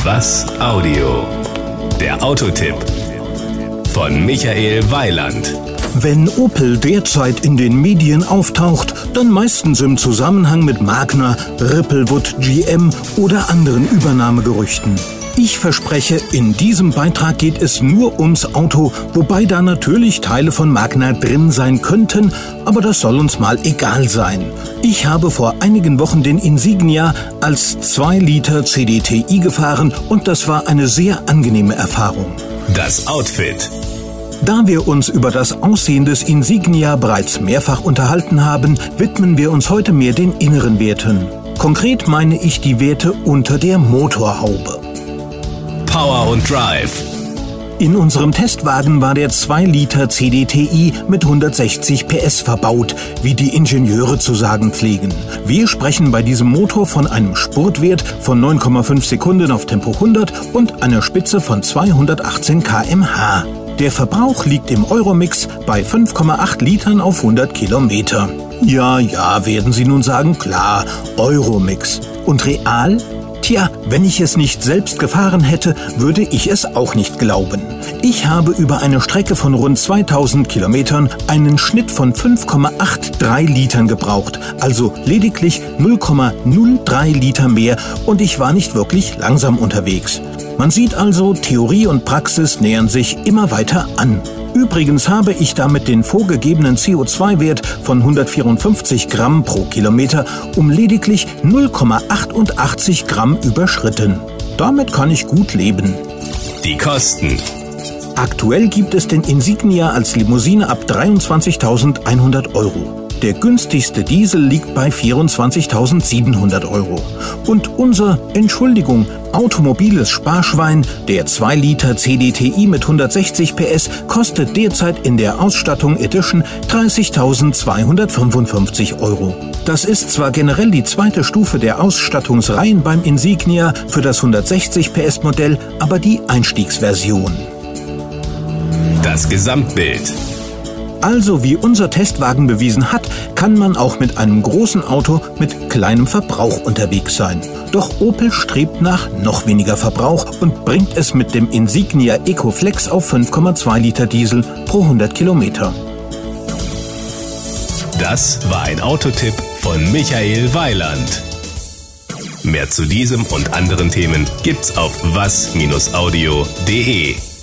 Was Audio? Der Autotipp von Michael Weiland. Wenn Opel derzeit in den Medien auftaucht, dann meistens im Zusammenhang mit Magna, Ripplewood, GM oder anderen Übernahmegerüchten. Ich verspreche, in diesem Beitrag geht es nur ums Auto, wobei da natürlich Teile von Magna drin sein könnten, aber das soll uns mal egal sein. Ich habe vor einigen Wochen den Insignia als 2 Liter CDTI gefahren und das war eine sehr angenehme Erfahrung. Das Outfit. Da wir uns über das Aussehen des Insignia bereits mehrfach unterhalten haben, widmen wir uns heute mehr den inneren Werten. Konkret meine ich die Werte unter der Motorhaube. Power und Drive. In unserem Testwagen war der 2 Liter CDTI mit 160 PS verbaut, wie die Ingenieure zu sagen pflegen. Wir sprechen bei diesem Motor von einem Spurtwert von 9,5 Sekunden auf Tempo 100 und einer Spitze von 218 km/h. Der Verbrauch liegt im Euromix bei 5,8 Litern auf 100 Kilometer. Ja, werden Sie nun sagen, klar, Euromix. Und real? Tja, wenn ich es nicht selbst gefahren hätte, würde ich es auch nicht glauben. Ich habe über eine Strecke von rund 2000 Kilometern einen Schnitt von 5,83 Litern gebraucht, also lediglich 0,03 Liter mehr und ich war nicht wirklich langsam unterwegs. Man sieht also, Theorie und Praxis nähern sich immer weiter an. Übrigens habe ich damit den vorgegebenen CO2-Wert von 154 Gramm pro Kilometer um lediglich 0,88 Gramm überschritten. Damit kann ich gut leben. Die Kosten. Aktuell gibt es den Insignia als Limousine ab 23.100 €. Der günstigste Diesel liegt bei 24.700 €. Und unser, automobiles Sparschwein, der 2 Liter CDTI mit 160 PS, kostet derzeit in der Ausstattung Edition 30.255 €. Das ist zwar generell die zweite Stufe der Ausstattungsreihen beim Insignia für das 160 PS Modell, aber die Einstiegsversion. Das Gesamtbild. Also wie unser Testwagen bewiesen hat, kann man auch mit einem großen Auto mit kleinem Verbrauch unterwegs sein. Doch Opel strebt nach noch weniger Verbrauch und bringt es mit dem Insignia EcoFlex auf 5,2 Liter Diesel pro 100 Kilometer. Das war ein Autotipp von Michael Weiland. Mehr zu diesem und anderen Themen gibt's auf was-audio.de.